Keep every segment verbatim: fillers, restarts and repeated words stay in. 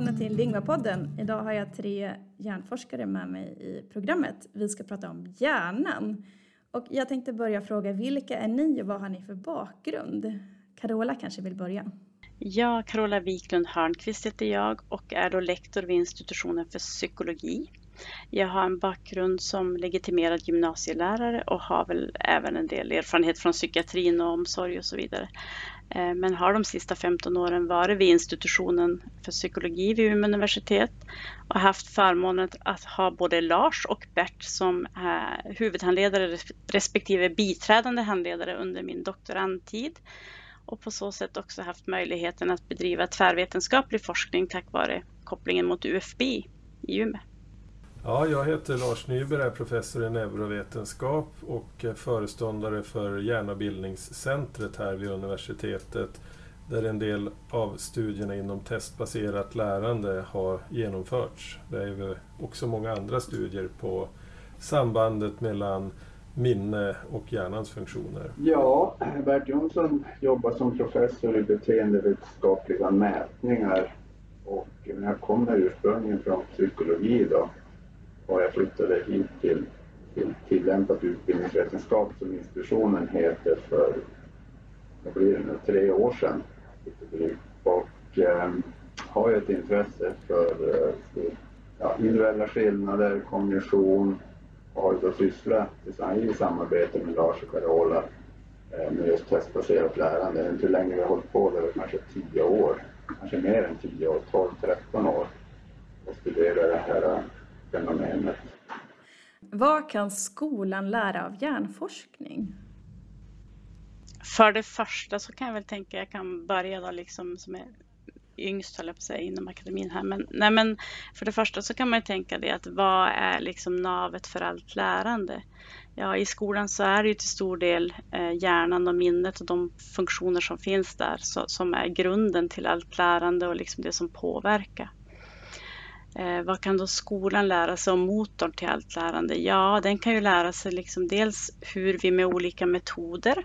välkomna till Lingvapodden. Idag har jag tre hjärnforskare med mig i programmet. Vi ska prata om hjärnan. Och jag tänkte börja fråga, vilka är ni och vad har ni för bakgrund? Carola kanske vill börja. Ja, Carola Wiklund Hörnqvist heter jag och är då lektor vid institutionen för psykologi. Jag har en bakgrund som legitimerad gymnasielärare och har väl även en del erfarenhet från psykiatrin och omsorg och så vidare. Men har de sista femton åren varit vid institutionen för psykologi vid Umeå universitet och haft förmånen att ha både Lars och Bert som huvudhandledare respektive biträdande handledare under min doktorandtid. Och på så sätt också haft möjligheten att bedriva tvärvetenskaplig forskning tack vare kopplingen mot U F B i Umeå. Ja, jag heter Lars Nyberg, är professor i neurovetenskap och föreståndare för hjärnabildningscentret här vid universitetet, där en del av studierna inom testbaserat lärande har genomförts. Det är ju också många andra studier på sambandet mellan minne och hjärnans funktioner. Ja, Bert Jonsson jobbar som professor i beteendevetenskapliga mätningar och jag kommer ursprungligen från psykologi då. Och jag flyttade hit till, till tillämpat utbildningsvetenskap som institutionen heter för, vad blir det nu, tre år sedan. Och eh, har ett intresse för eh, ja, individuella skillnader, kognition och har då sysslat i samarbete med Lars och Carola eh, med just testbaserat lärande. Det är inte hur länge vi har hållit på, det är kanske tio år, kanske mer än tio år, tolv tretton år och studerar det här fenomenet. Vad kan skolan lära av hjärnforskning? För det första så kan jag väl tänka, jag kan börja då liksom som är yngst höll jag på att säga inom akademin här. Men, nej men för det första så kan man ju tänka det att vad är liksom navet för allt lärande? Ja, i skolan så är det ju till stor del eh, hjärnan och minnet och de funktioner som finns där så, som är grunden till allt lärande och liksom det som påverkar. Eh, vad kan då skolan lära sig om motorn till allt lärande? Ja, den kan ju lära sig liksom dels hur vi med olika metoder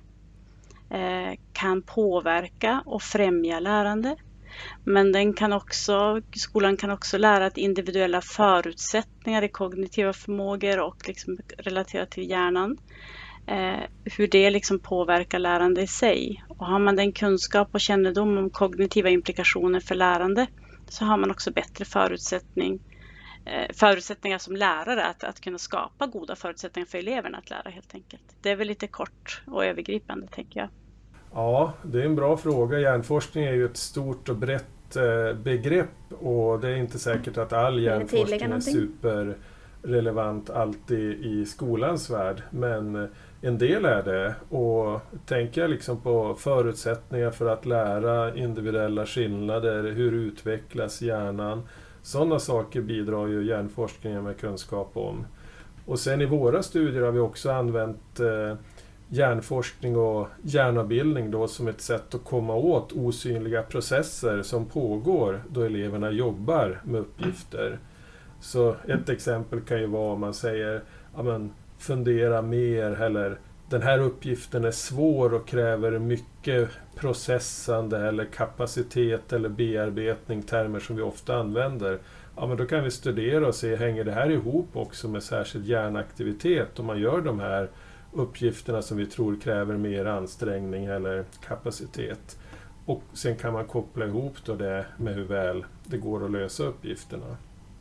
eh, kan påverka och främja lärande. Men den kan också, skolan kan också lära att individuella förutsättningar i kognitiva förmågor och liksom relaterat till hjärnan. Eh, hur det liksom påverkar lärande i sig. Och har man den kunskap och kännedom om kognitiva implikationer för lärande så har man också bättre förutsättning, eh, förutsättningar som lärare att, att kunna skapa goda förutsättningar för eleverna att lära helt enkelt. Det är väl lite kort och övergripande tänker jag. Ja, det är en bra fråga. Hjärnforskning är ju ett stort och brett eh, begrepp och det är inte säkert att all hjärnforskning är superrelevant alltid i skolans värld. Men en del är det och tänker jag liksom på förutsättningar för att lära individuella skillnader, hur utvecklas hjärnan. Sådana saker bidrar ju hjärnforskningen med kunskap om. Och sen i våra studier har vi också använt eh, hjärnforskning och hjärnabildning då som ett sätt att komma åt osynliga processer som pågår då eleverna jobbar med uppgifter. Så ett exempel kan ju vara om man säger ja, men, fundera mer eller den här uppgiften är svår och kräver mycket processande eller kapacitet eller bearbetning, termer som vi ofta använder. Ja, men då kan vi studera och se, hänger det här ihop också med särskild hjärnaktivitet om man gör de här uppgifterna som vi tror kräver mer ansträngning eller kapacitet. Och sen kan man koppla ihop då det med hur väl det går att lösa uppgifterna.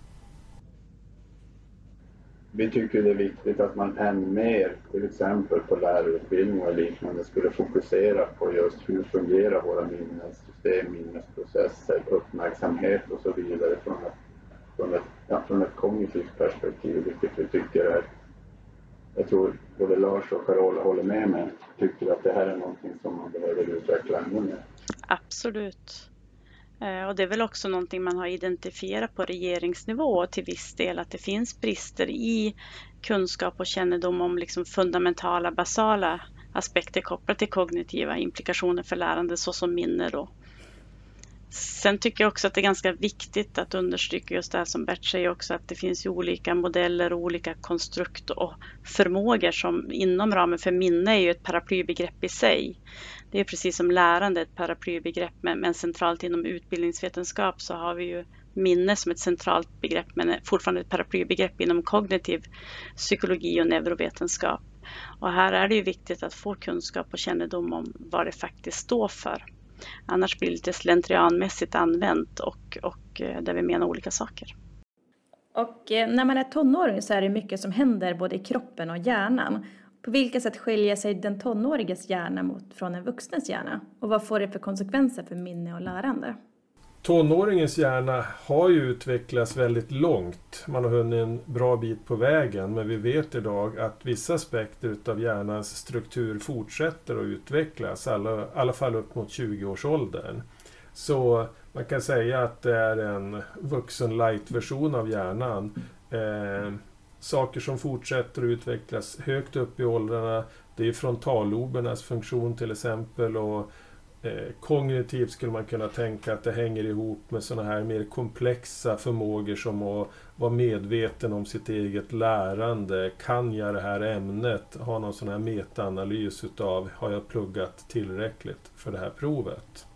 Vi tycker det är viktigt att man än mer, till exempel på lärarutbildning och liknande, skulle fokusera på just hur fungerar våra minnessystem, minnesprocesser, uppmärksamhet och så vidare från ett, från ett, ja, från ett kognitivt perspektiv, vilket vi tycker är, jag tror både Lars och Carola håller med mig, tycker att det här är någonting som man behöver utveckla ännu mer. Absolut. Och det är väl också någonting man har identifierat på regeringsnivå till viss del, att det finns brister i kunskap och kännedom om liksom fundamentala, basala aspekter kopplat till kognitiva implikationer för lärande såsom minne då. Sen tycker jag också att det är ganska viktigt att understryka just det här som Bert säger också, att det finns ju olika modeller och olika konstrukt och förmågor som inom ramen för minne är ju ett paraplybegrepp i sig. Det är precis som lärande ett paraplybegrepp, men centralt inom utbildningsvetenskap så har vi ju minne som ett centralt begrepp, men fortfarande ett paraplybegrepp inom kognitiv psykologi och neurovetenskap. Och här är det ju viktigt att få kunskap och kännedom om vad det faktiskt står för. Annars blir det lite slentrianmässigt använt och, och där vi menar olika saker. Och när man är tonåring så är det mycket som händer både i kroppen och hjärnan. På vilket sätt skiljer sig den tonåriges hjärna mot från en vuxens hjärna? Och vad får det för konsekvenser för minne och lärande? Tonåringens hjärna har ju utvecklats väldigt långt. Man har hunnit en bra bit på vägen, men vi vet idag att vissa aspekter av hjärnans struktur fortsätter att utvecklas, i alla, alla fall upp mot tjugo-årsåldern. Så man kan säga att det är en vuxen light-version av hjärnan. Eh, saker som fortsätter att utvecklas högt upp i åldrarna, det är frontallobernas funktion till exempel, och Eh, kognitivt skulle man kunna tänka att det hänger ihop med sådana här mer komplexa förmågor som att vara medveten om sitt eget lärande. Kan jag det här ämnet? Ha någon sån här metaanalys utav, har jag pluggat tillräckligt för det här provet?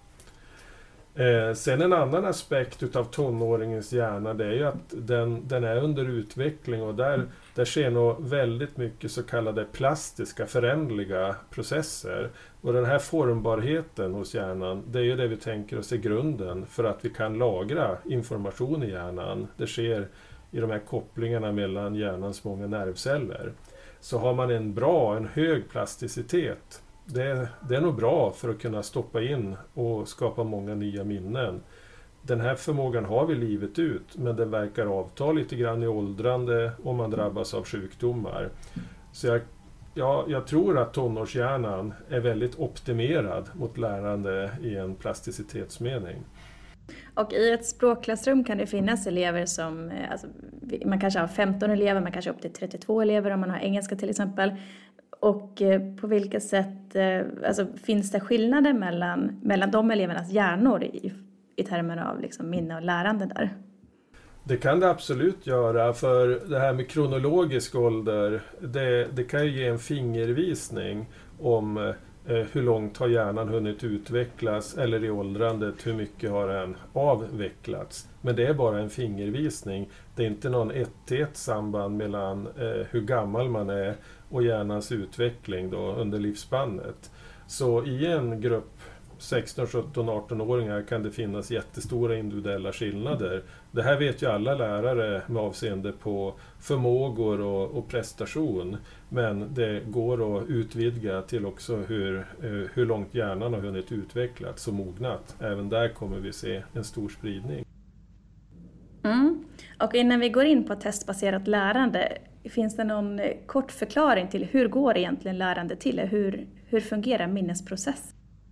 Eh, sen en annan aspekt utav tonåringens hjärna, det är ju att den, den är under utveckling, och där, där sker nog väldigt mycket så kallade plastiska förändliga processer. Och den här formbarheten hos hjärnan, det är ju det vi tänker oss är grunden för att vi kan lagra information i hjärnan. Det sker i de här kopplingarna mellan hjärnans många nervceller. Så har man en bra, en hög plasticitet, Det, det är nog bra för att kunna stoppa in och skapa många nya minnen. Den här förmågan har vi livet ut, men den verkar avta lite grann i åldrande om man drabbas av sjukdomar. Så jag, ja, jag tror att tonårshjärnan är väldigt optimerad mot lärande i en plasticitetsmening. Och i ett språkklassrum kan det finnas elever som, alltså, man kanske har femton elever, man kanske har upp till trettiotvå elever om man har engelska till exempel. Och på vilket sätt, alltså, finns det skillnader mellan, mellan de elevernas hjärnor i, i termer av liksom minne och lärande där? Det kan det absolut göra, för det här med kronologisk ålder, det, det kan ju ge en fingervisning om eh, hur långt har hjärnan hunnit utvecklas, eller i åldrandet hur mycket har den avvecklats. Men det är bara en fingervisning, det är inte någon ett-till-ett samband mellan eh, hur gammal man är och hjärnans utveckling då under livsspannet. Så i en grupp sexton, sjutton, arton-åringar kan det finnas jättestora individuella skillnader. Det här vet ju alla lärare med avseende på förmågor och, och prestation. Men det går att utvidga till också hur, hur långt hjärnan har hunnit utvecklas och mognat. Även där kommer vi se en stor spridning. Mm. Och innan vi går in på testbaserat lärande, finns det någon kort förklaring till hur går egentligen lärande till? Hur, hur fungerar minnesprocess?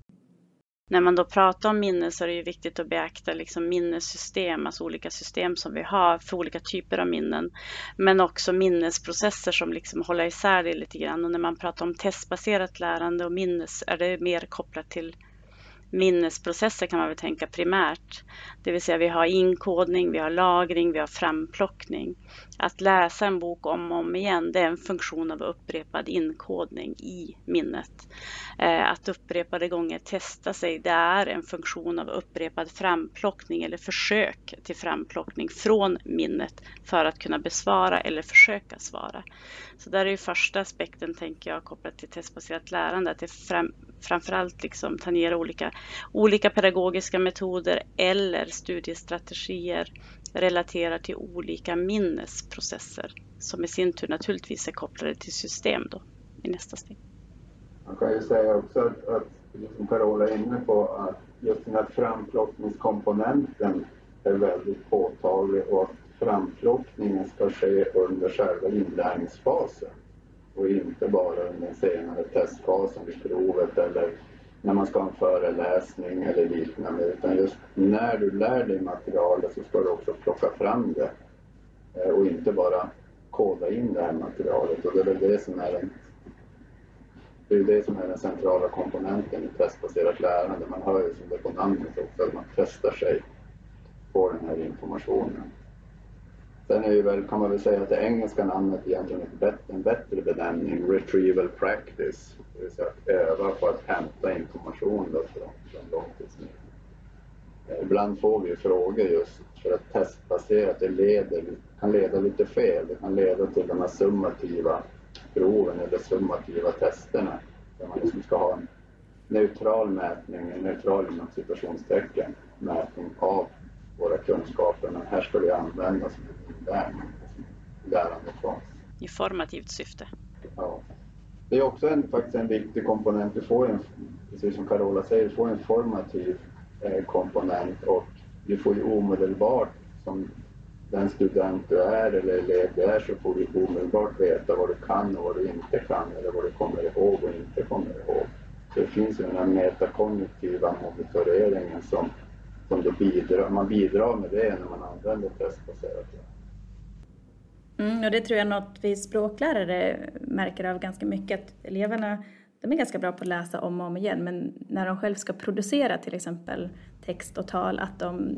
När man då pratar om minne så är det ju viktigt att beakta liksom minnessystem, alltså olika system som vi har för olika typer av minnen. Men också minnesprocesser som liksom håller isär det lite grann. Och när man pratar om testbaserat lärande och minnes är det mer kopplat till minnesprocesser kan man väl tänka primärt. Det vill säga vi har inkodning, vi har lagring, vi har framplockning. Att läsa en bok om och om igen, det är en funktion av upprepad inkodning i minnet. Att upprepade gånger testa sig, det är en funktion av upprepad framplockning eller försök till framplockning från minnet för att kunna besvara eller försöka svara. Så där är ju första aspekten, tänker jag, kopplat till testbaserat lärande, att det fram, framförallt liksom tangerar olika, olika pedagogiska metoder eller studiestrategier relaterar till olika minnesprocesser som i sin tur naturligtvis är kopplade till system då i nästa steg. Man kan ju säga också att, att som Carola är inne på, att just den här framplockningskomponenten är väldigt påtaglig och att framplockningen ska ske under själva inlärningsfasen och inte bara under den senare testfasen vid provet eller när man ska ha en föreläsning eller liknande, utan just när du lär dig materialet så ska du också plocka fram det och inte bara koda in det här materialet, och det är väl det som är den, det är det som är den centrala komponenten i testbaserat lärande. Man hör ju som det på namnet också att man testar sig på den här informationen. Sen är ju väl, kan man väl säga att det engelska namnet egentligen är bättre, en bättre benämning, retrieval practice. Det vill säga att öva på att hämta information då från, från långtidsminnet. Ibland får vi ju frågor just för att testbaserat det leder, kan leda lite fel. Det kan leda till de här summativa proven eller summativa testerna. Där man liksom ska ha en neutral mätning, en neutral inom situationstecken mätning av våra kunskaper. Men här ska det användas som en inlärning, lärandefas. I formativt syfte. Ja. Det är också en, faktiskt en viktig komponent. Du får en, precis som Carola säger, du får en formativ eh, komponent och du får ju omedelbart, som den student du är eller elev du är, så får du omedelbart veta vad du kan och vad du inte kan, eller vad du kommer ihåg och inte kommer ihåg. Så det finns ju den här metakognitiva monitoreringen som, som det bidrar, man bidrar med det när man använder testbaserat. Mm, och det tror jag något vi språklärare märker av ganska mycket, att eleverna, de är ganska bra på att läsa om och om igen, men när de själv ska producera till exempel text och tal, att de,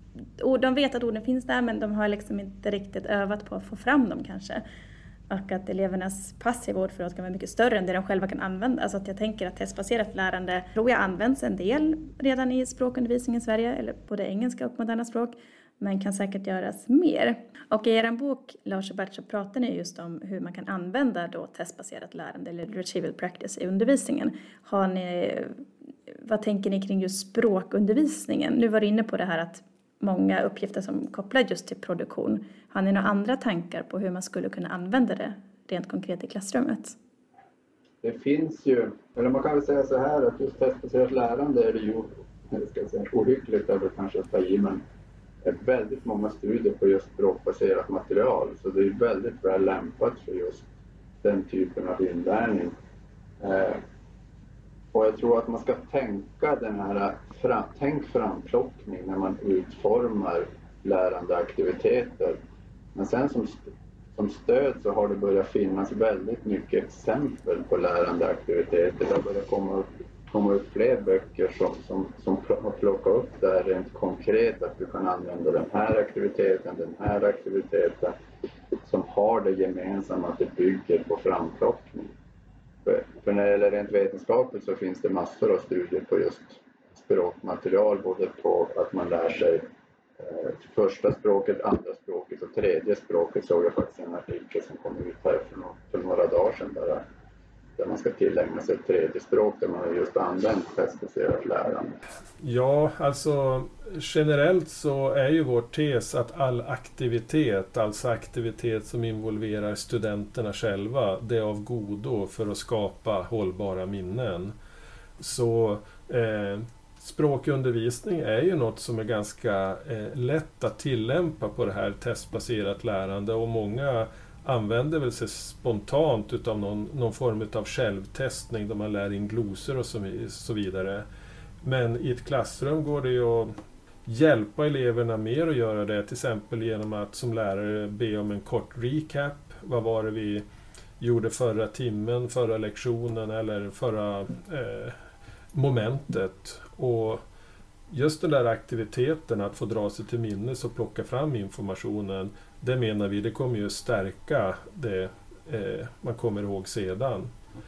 de vet att orden finns där, men de har liksom inte riktigt övat på att få fram dem kanske. Och att elevernas passiva ordförråd kan vara mycket större än det de själva kan använda. Alltså att jag tänker att testbaserat lärande tror jag används en del redan i språkundervisningen i Sverige, eller både engelska och moderna språk, men kan säkert göras mer. Och i er bok, Lars och Bert, så pratar ni just om hur man kan använda då testbaserat lärande eller retrieval practice i undervisningen. Har ni, vad tänker ni kring just språkundervisningen? Nu var du inne på det här att många uppgifter som kopplar just till produktion. Har ni några andra tankar på hur man skulle kunna använda det rent konkret i klassrummet? Det finns ju, eller man kan väl säga så här, att just testbaserat lärande är det ju, jag ska säga, ohyggligt över kanske att ta i, men är väldigt många studier på just språkbaserat material, så det är väldigt väl lämpat för just den typen av inlärning. Eh, och jag tror att man ska tänka den här fram, tänk framplockning när man utformar lärande aktiviteter. Men sen som, som stöd så har det börjat finnas väldigt mycket exempel på lärande aktiviteter. Det börjar komma upp komma upp fler böcker som, som, som har plockat upp där rent konkret, att du kan använda den här aktiviteten, den här aktiviteten, som har det gemensamma att det bygger på framplockning. För, för när det gäller rent vetenskapligt så finns det massor av studier på just språkmaterial, både på att man lär sig eh, första språket, andra språket och tredje språket. Såg jag faktiskt en artikel som kom ut här för, några, för några dagar sedan där där man ska tillägna sig ett tredje språk där man har just använt testbaserat lärande. Ja, alltså generellt så är ju vår tes att all aktivitet, alltså aktivitet som involverar studenterna själva, det är av godo för att skapa hållbara minnen. Så eh, språkundervisning är ju något som är ganska eh, lätt att tillämpa på det här testbaserat lärande, och många använder väl sig spontant utav någon, någon form av självtestning där man lär in glosor och så, så vidare. Men i ett klassrum går det ju att hjälpa eleverna mer att göra det, till exempel genom att som lärare be om en kort recap. Vad var det vi gjorde förra timmen, förra lektionen eller förra eh, momentet? Och just den där aktiviteten att få dra sig till minnes och plocka fram informationen, det menar vi, det kommer ju stärka det eh, man kommer ihåg sedan.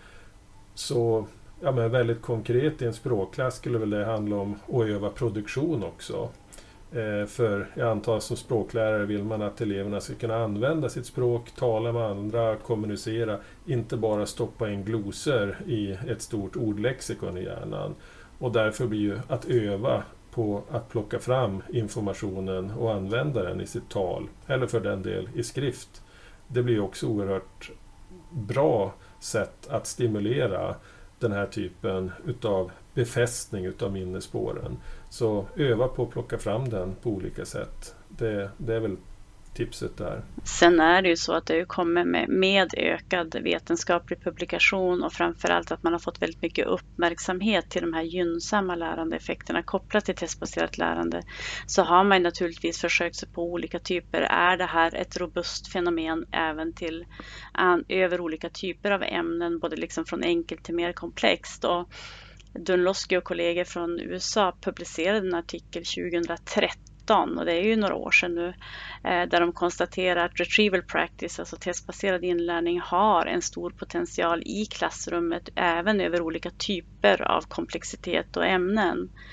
Så ja, men väldigt konkret i en språkklass skulle väl det handla om att öva produktion också. Eh, för jag antar som språklärare vill man att eleverna ska kunna använda sitt språk, tala med andra, kommunicera, inte bara stoppa in glosor i ett stort ordlexikon i hjärnan. Och därför blir ju att öva på att plocka fram informationen och använda den i sitt tal, eller för den del i skrift. Det blir också oerhört bra sätt att stimulera den här typen utav befästning utav minnesspåren. Så öva på att plocka fram den på olika sätt. Det, det är väl tipset där. Sen är det ju så att det kommer med, med ökad vetenskaplig publikation och framförallt att man har fått väldigt mycket uppmärksamhet till de här gynnsamma lärandeeffekterna kopplat till testbaserat lärande, så har man naturligtvis försökt sig på olika typer. Är det här ett robust fenomen även till an, över olika typer av ämnen, både liksom från enkelt till mer komplext? Och Dunlosky och kollegor från U S A publicerade en artikel tjugohundratretton, och det är ju några år sedan nu, där de konstaterar att retrieval practice, alltså testbaserad inlärning, har en stor potential i klassrummet även över olika typer av komplexitet och ämnen.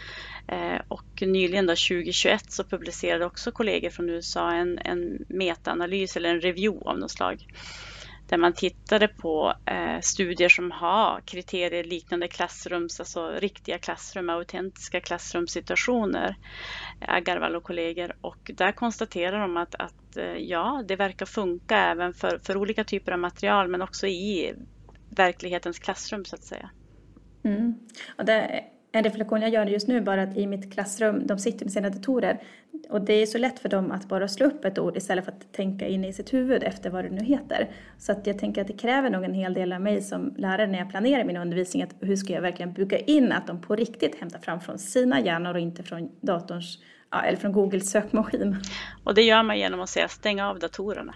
Eh, och nyligen då tjugohundratjugoett så publicerade också kollegor från U S A en, en metaanalys eller en review av något slag. Där man tittade på eh, studier som har kriterier liknande klassrums, alltså riktiga klassrum, autentiska klassrumssituationer, Agarwal och kollegor. Och där konstaterar de att, att eh, ja, det verkar funka även för, för olika typer av material, men också i verklighetens klassrum så att säga. Mm. Och det, en reflektion jag gör just nu bara att i mitt klassrum, de sitter med sina datorer och det är så lätt för dem att bara slå upp ett ord istället för att tänka in i sitt huvud efter vad det nu heter. Så att jag tänker att det kräver nog en hel del av mig som lärare när jag planerar min undervisning, att hur ska jag verkligen bygga in att de på riktigt hämtar fram från sina hjärnor och inte från datorns, ja, eller från Googles sökmaskin. Och det gör man genom att säga stänga av datorerna.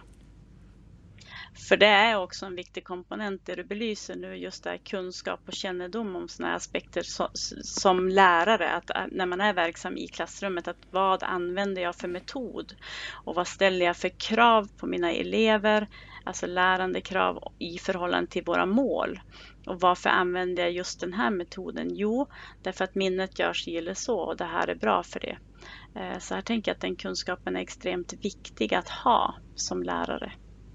För det är också en viktig komponent det du belyser nu, just det här kunskap och kännedom om såna här aspekter som, som lärare, att när man är verksam i klassrummet, att vad använder jag för metod och vad ställer jag för krav på mina elever, alltså lärandekrav i förhållande till våra mål. Och varför använder jag just den här metoden? Jo, därför att minnet görs i eller så och det här är bra för det. Så här tänker jag att den kunskapen är extremt viktig att ha som lärare.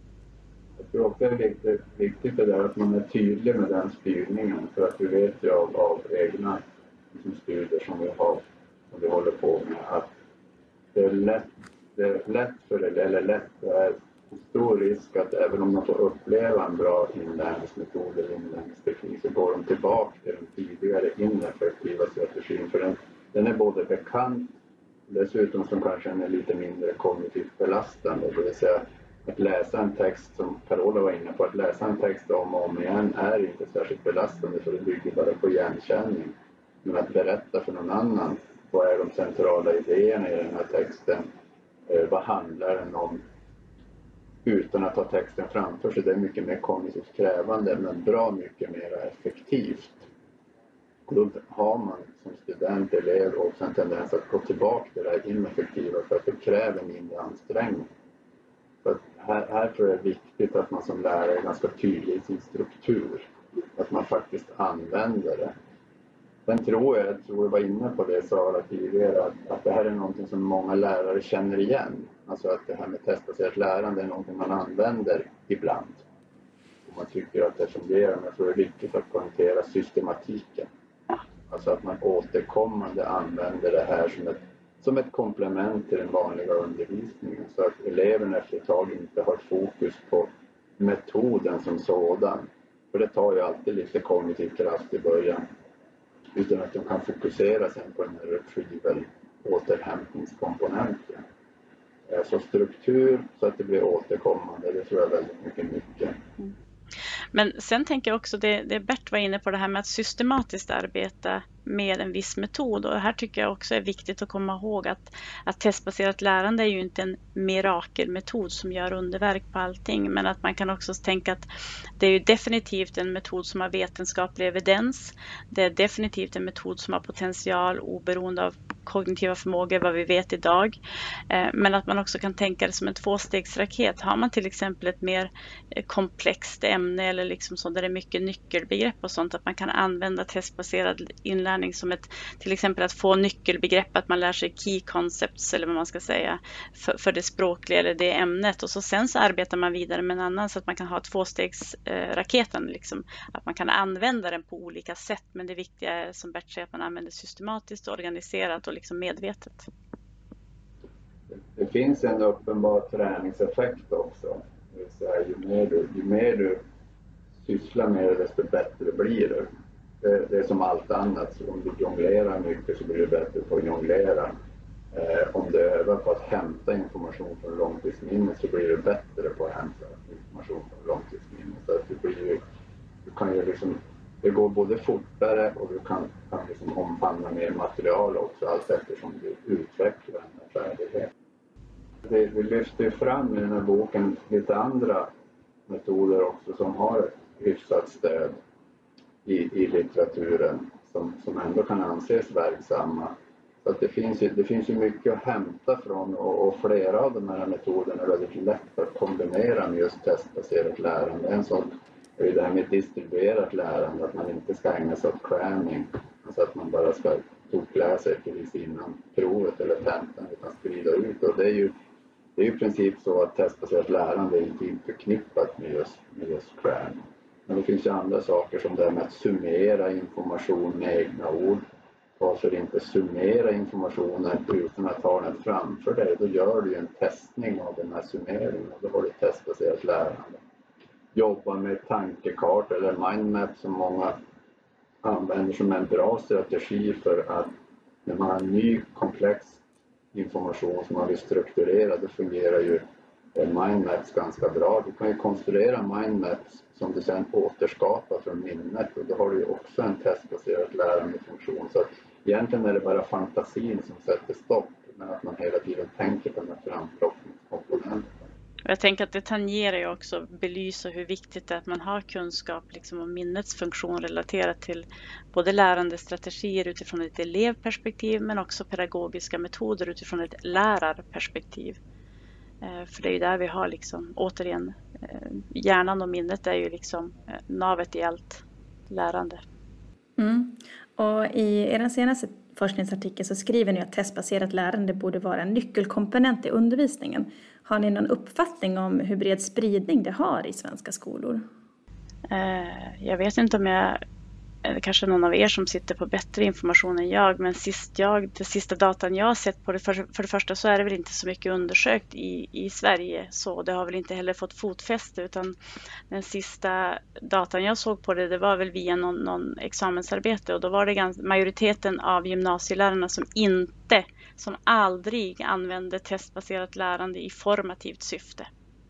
Jag tror också det är viktigt, viktigt det där att man är tydlig med den styrningen, för att vi vet ju av, av egna liksom, studier som vi har som vi håller på med att det är lätt, det är lätt för det, eller lätt, det är stor risk att även om man får uppleva en bra inlärningsmetod eller inlärningsteknik så går de tillbaka till den tidigare ineffektiva strategin, för den, den är både bekant dessutom som kanske är lite mindre kognitivt belastande, det vill säga att läsa en text, som Carola var inne på, att läsa en text om och om igen är inte särskilt belastande för det bygger bara på igenkänning. Men att berätta för någon annan, vad är de centrala idéerna i den här texten, eh, vad handlar den om, utan att ha texten framför sig, det är mycket mer kognitivt krävande men bra mycket mer effektivt. Och då har man som student, elev också en tendens att gå tillbaka till det här ineffektiva för att det kräver mindre ansträngning. För här, här tror jag det är viktigt att man som lärare är ganska tydlig i sin struktur. Att man faktiskt använder det. Sen tror jag, jag tror jag var inne på det Sara tidigare, att, att det här är någonting som många lärare känner igen. Alltså att det här med testbaserat lärande är någonting man använder ibland. Och man tycker att det fungerar, men jag tror det är viktigt att poängtera systematiken. Alltså att man återkommande använder det här som ett som ett komplement till den vanliga undervisningen, så att eleverna efter ett tag inte har fokus på metoden som sådan. För det tar ju alltid lite kognitiv kraft i början, utan att de kan fokusera sen på den här retrieval återhämtningskomponenten. Så struktur så att det blir återkommande, det tror jag väldigt mycket mycket. Mm. Men sen tänker jag också, det, det Bert var inne på det här med att systematiskt arbeta med en viss metod, och här tycker jag också är viktigt att komma ihåg att, att testbaserat lärande är ju inte en mirakelmetod som gör underverk på allting, men att man kan också tänka att det är ju definitivt en metod som har vetenskaplig evidens, det är definitivt en metod som har potential oberoende av kognitiva förmågor, vad vi vet idag, men att man också kan tänka det som en tvåstegsraket. Har man till exempel ett mer komplext ämne eller liksom så där det är mycket nyckelbegrepp och sånt, att man kan använda testbaserad inlärning som ett, till exempel att få nyckelbegrepp, att man lär sig key concepts eller vad man ska säga för, för det språkliga eller det ämnet, och så sen så arbetar man vidare med en annan så att man kan ha tvåstegsraketen, liksom, att man kan använda den på olika sätt, men det viktiga är som Bert säger att man använder systematiskt, organiserat och liksom medvetet. Det finns en uppenbar träningseffekt också. Det vill säga, ju, mer du, ju mer du sysslar med det, desto bättre blir du. Det, det är som allt annat. Så om du jonglerar mycket så blir du bättre på att jonglera. Eh, om du övar på att hämta information från långtidsminnet så blir du bättre på att hämta information från långtidsminnet. Så att du, blir ju, du kan ju liksom, det går både fortare och du kan, kan liksom omfamna mer material också, allt eftersom du utvecklar den här färdigheten. Vi, vi lyfter fram i den här boken lite andra metoder också som har ett hyfsat stöd i, i litteraturen som, som ändå kan anses verksamma. Så att det, finns ju, det finns ju mycket att hämta från, och, och flera av de här metoderna är väldigt lätt att kombinera med just testbaserat lärande. En sån är ju det här med distribuerat lärande, att man inte ska ägna sig åt cramming, alltså att man bara ska tokläsa precis innan provet eller tentan utan sprida ut. Och det är ju, det är ju i princip så att testbaserat lärande är inte förknippat med just, med just C R A N. Men det finns ju andra saker som det här med att summera information med egna ord. Varför inte summera informationen utan att ha den framför dig? Då gör du ju en testning av den här summeringen och då har du testbaserat lärande. Jobba med tankekartor eller mindmap som många använder som en bra strategi för att när man har ny komplex information som man vill strukturera, då fungerar ju mindmaps ganska bra. Du kan ju konstruera mindmaps som du sedan återskapar från minnet och då har du ju också en testbaserad lärandefunktion. Så att egentligen är det bara fantasin som sätter stopp, men att man hela tiden tänker på den här framplockningskomponenten. Jag tänker att det tangerar ju också belysa hur viktigt det är att man har kunskap liksom om minnets funktion relaterat till både lärandestrategier utifrån ett elevperspektiv men också pedagogiska metoder utifrån ett lärarperspektiv. För det är ju där vi har liksom, återigen, hjärnan och minnet är ju liksom navet i allt lärande. Mm. Och i er senaste forskningsartikel så skriver ni att testbaserat lärande borde vara en nyckelkomponent i undervisningen. Har ni någon uppfattning om hur bred spridning det har i svenska skolor? Jag vet inte om jag, kanske någon av er som sitter på bättre information än jag, men sist jag, det sista datan jag har sett på det, för, för det första så är det väl inte så mycket undersökt i, i Sverige, så det har väl inte heller fått fotfäste, utan den sista datan jag såg på det, det var väl via någon, någon examensarbete och då var det ganska, majoriteten av gymnasielärarna som inte, som aldrig använde testbaserat lärande i formativt syfte.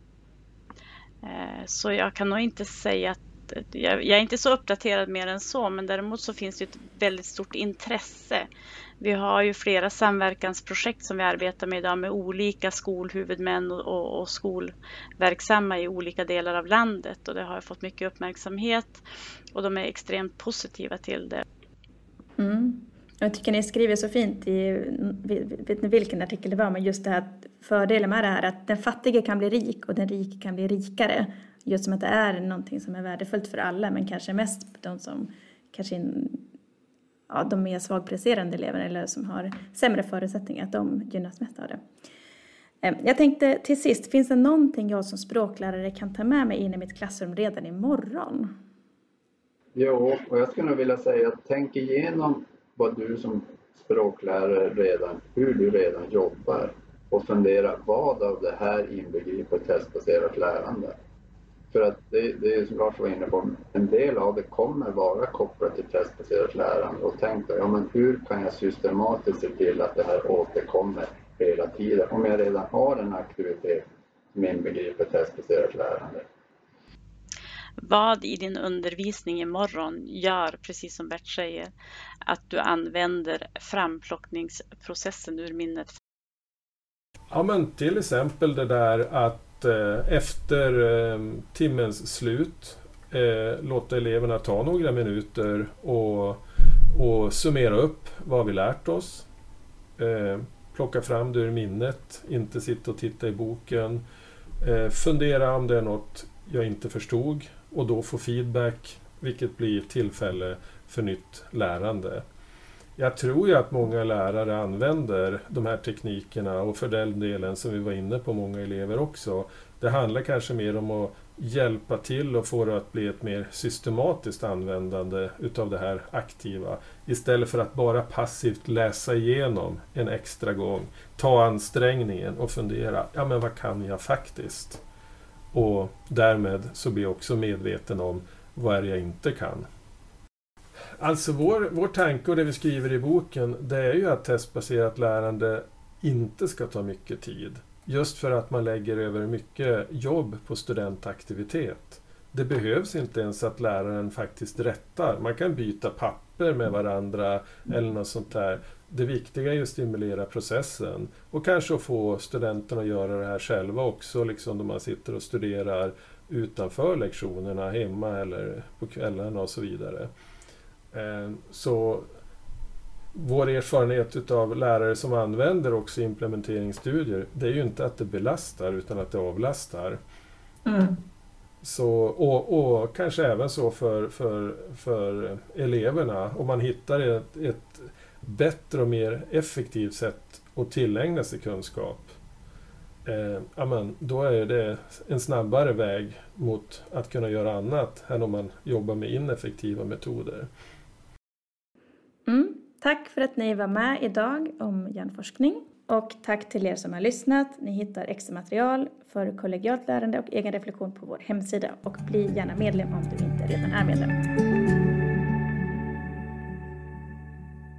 Så jag kan nog inte säga att Jag, jag är inte så uppdaterad mer än så, men däremot så finns det ett väldigt stort intresse. Vi har ju flera samverkansprojekt som vi arbetar med idag med olika skolhuvudmän och, och, och skolverksamma i olika delar av landet. Och det har fått mycket uppmärksamhet och de är extremt positiva till det. Mm. Jag tycker ni skriver så fint i, vet ni vilken artikel det var, men just det här fördelen med det här att den fattiga kan bli rik och den rika kan bli rikare. Just som att det är någonting som är värdefullt för alla, men kanske mest de som kanske in, ja, de mer svagpresterande eleverna eller som har sämre förutsättningar, att de gynnas mest av det. Jag tänkte till sist, finns det någonting jag som språklärare kan ta med mig in i mitt klassrum redan imorgon? Jo, och jag skulle nog vilja säga att tänk igenom vad du som språklärare redan, hur du redan jobbar och fundera vad av det här inbegriper testbaserat lärande. För att det, det är som Lars var inne på, en del av det kommer vara kopplat till testbaserat lärande. Och tänk då, ja men hur kan jag systematiskt se till att det här återkommer hela tiden? Om jag redan har en aktivitet som inbegriper testbaserat lärande. Vad i din undervisning imorgon gör, precis som Bert säger, att du använder framplockningsprocessen ur minnet? Ja men till exempel det där att efter timmens slut eh, låta eleverna ta några minuter och, och summera upp vad vi lärt oss. Eh, plocka fram det ur minnet, inte sitta och titta i boken. Eh, fundera om det är något jag inte förstod och då få feedback, vilket blir tillfälle för nytt lärande. Jag tror ju att många lärare använder de här teknikerna och för den delen som vi var inne på många elever också. Det handlar kanske mer om att hjälpa till och få det att bli ett mer systematiskt användande utav det här aktiva. Istället för att bara passivt läsa igenom en extra gång. Ta ansträngningen och fundera, ja men vad kan jag faktiskt? Och därmed så blir jag också medveten om vad är jag inte kan. Alltså vår, vår tanke och det vi skriver i boken, det är ju att testbaserat lärande inte ska ta mycket tid. Just för att man lägger över mycket jobb på studentaktivitet. Det behövs inte ens att läraren faktiskt rättar. Man kan byta papper med varandra eller något sånt där. Det viktiga är att stimulera processen. Och kanske att få studenterna att göra det här själva också. Liksom då man sitter och studerar utanför lektionerna hemma eller på kvällarna och så vidare. Så vår erfarenhet utav lärare som använder också implementeringsstudier, det är ju inte att det belastar utan att det avlastar. Mm. Så, och, och kanske även så för, för, för eleverna. Om man hittar ett, ett bättre och mer effektivt sätt att tillägna sig kunskap, eh, amen, då är det en snabbare väg mot att kunna göra annat än om man jobbar med ineffektiva metoder. Mm. Tack för att ni var med idag om hjärnforskning. Och tack till er som har lyssnat. Ni hittar extra material för kollegialt lärande och egen reflektion på vår hemsida. Och bli gärna medlem om du inte redan är medlem.